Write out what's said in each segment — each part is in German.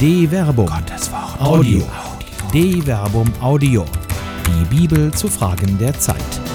De Verbum. Gottes Wort. Audio. De Verbum Audio. Die Bibel zu Fragen der Zeit.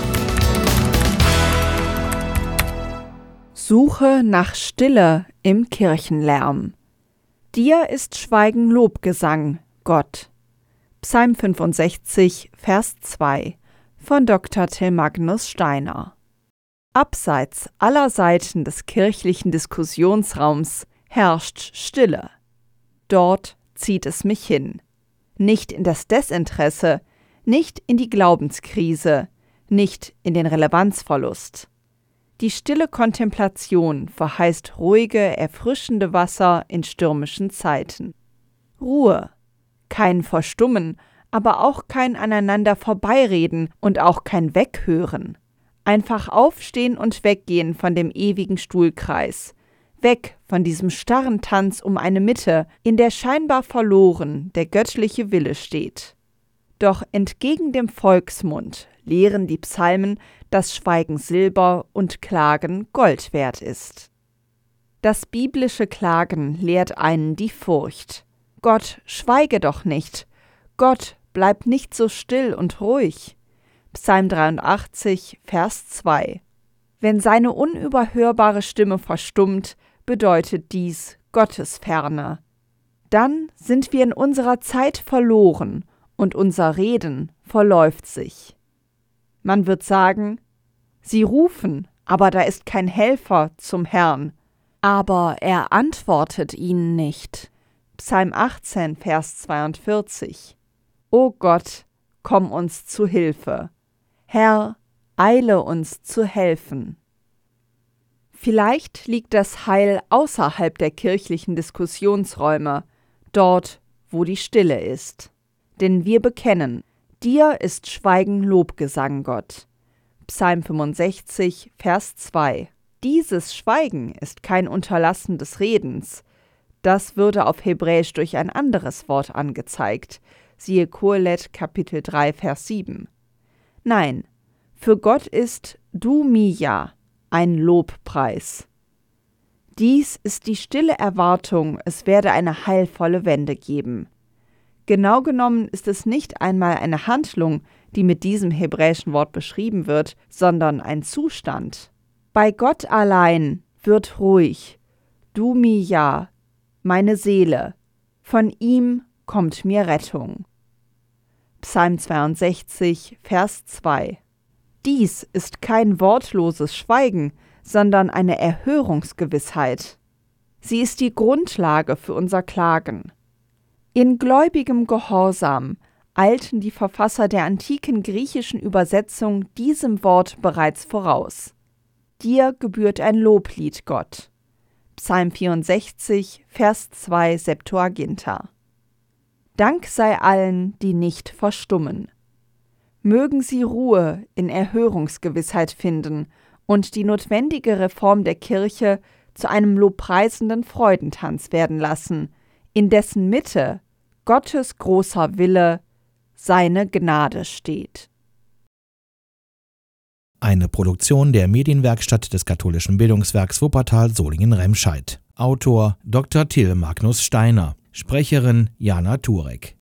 Suche nach Stille im Kirchenlärm. Dir ist Schweigen Lobgesang, Gott. Psalm 65, Vers 2 von Dr. Till Magnus Steiner. Abseits aller Seiten des kirchlichen Diskussionsraums herrscht Stille. Dort zieht es mich hin. Nicht in das Desinteresse, nicht in die Glaubenskrise, nicht in den Relevanzverlust. Die stille Kontemplation verheißt ruhige, erfrischende Wasser in stürmischen Zeiten. Ruhe, kein Verstummen, aber auch kein aneinander vorbeireden und auch kein Weghören. Einfach aufstehen und weggehen von dem ewigen Stuhlkreis. Weg von diesem starren Tanz um eine Mitte, in der scheinbar verloren der göttliche Wille steht. Doch entgegen dem Volksmund lehren die Psalmen, dass Schweigen Silber und Klagen Gold wert ist. Das biblische Klagen lehrt einen die Furcht. Gott, schweige doch nicht. Gott, bleib nicht so still und ruhig. Psalm 83, Vers 2. Wenn seine unüberhörbare Stimme verstummt, bedeutet dies Gottesferne. Dann sind wir in unserer Zeit verloren und unser Reden verläuft sich. Man wird sagen, sie rufen, aber da ist kein Helfer zum Herrn. Aber er antwortet ihnen nicht. Psalm 18, Vers 42. O Gott, komm uns zu Hilfe. Herr, eile uns zu helfen. Vielleicht liegt das Heil außerhalb der kirchlichen Diskussionsräume, dort, wo die Stille ist. Denn wir bekennen, dir ist Schweigen Lobgesang, Gott. Psalm 65, Vers 2. Dieses Schweigen ist kein Unterlassen des Redens. Das würde auf Hebräisch durch ein anderes Wort angezeigt. Siehe Kohelet, Kapitel 3, Vers 7. Nein, für Gott ist Du Mia ein Lobpreis. Dies ist die stille Erwartung, es werde eine heilvolle Wende geben. Genau genommen ist es nicht einmal eine Handlung, die mit diesem hebräischen Wort beschrieben wird, sondern ein Zustand. Bei Gott allein wird ruhig. Du Mia, meine Seele, von ihm kommt mir Rettung. Psalm 62, Vers 2. Dies ist kein wortloses Schweigen, sondern eine Erhörungsgewissheit. Sie ist die Grundlage für unser Klagen. In gläubigem Gehorsam eilten die Verfasser der antiken griechischen Übersetzung diesem Wort bereits voraus. Dir gebührt ein Loblied, Gott. Psalm 64, Vers 2 Septuaginta. Dank sei allen, die nicht verstummen. Mögen sie Ruhe in Erhörungsgewissheit finden und die notwendige Reform der Kirche zu einem lobpreisenden Freudentanz werden lassen, in dessen Mitte Gottes großer Wille, seine Gnade steht. Eine Produktion der Medienwerkstatt des katholischen Bildungswerks Wuppertal Solingen-Remscheid. Autor Dr. Till Magnus Steiner. Sprecherin Jana Turek.